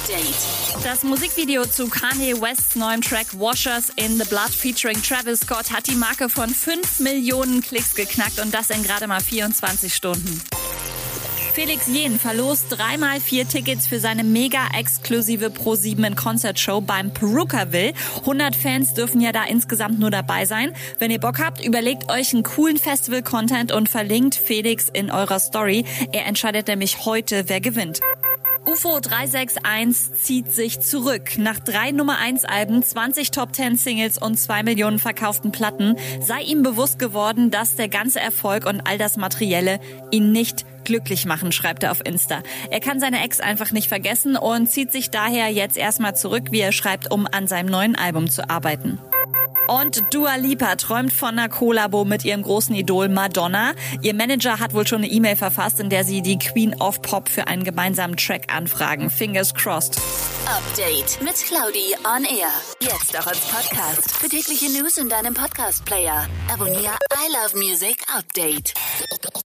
Update. Das Musikvideo zu Kanye Wests neuem Track Washers in the Blood featuring Travis Scott hat die Marke von 5 Millionen Klicks geknackt und das in gerade mal 24 Stunden. Felix Jähn verlost 3x4 Tickets für seine mega-exklusive Pro7-Konzertshow beim Perukaville. 100 Fans dürfen ja da insgesamt nur dabei sein. Wenn ihr Bock habt, überlegt euch einen coolen Festival-Content und verlinkt Felix in eurer Story. Er entscheidet nämlich heute, wer gewinnt. UFO 361 zieht sich zurück. Nach 3 Nummer-1-Alben, 20 Top-10-Singles und 2 Millionen verkauften Platten sei ihm bewusst geworden, dass der ganze Erfolg und all das Materielle ihn nicht glücklich machen, schreibt er auf Insta. Er kann seine Ex einfach nicht vergessen und zieht sich daher jetzt erstmal zurück, wie er schreibt, um an seinem neuen Album zu arbeiten. Und Dua Lipa träumt von einer Kollabo mit ihrem großen Idol Madonna. Ihr Manager hat wohl schon eine E-Mail verfasst, in der sie die Queen of Pop für einen gemeinsamen Track anfragen. Fingers crossed. Update mit Claudi on Air. Jetzt auch als Podcast. Für tägliche News in deinem Podcast-Player. Abonniere I Love Music Update.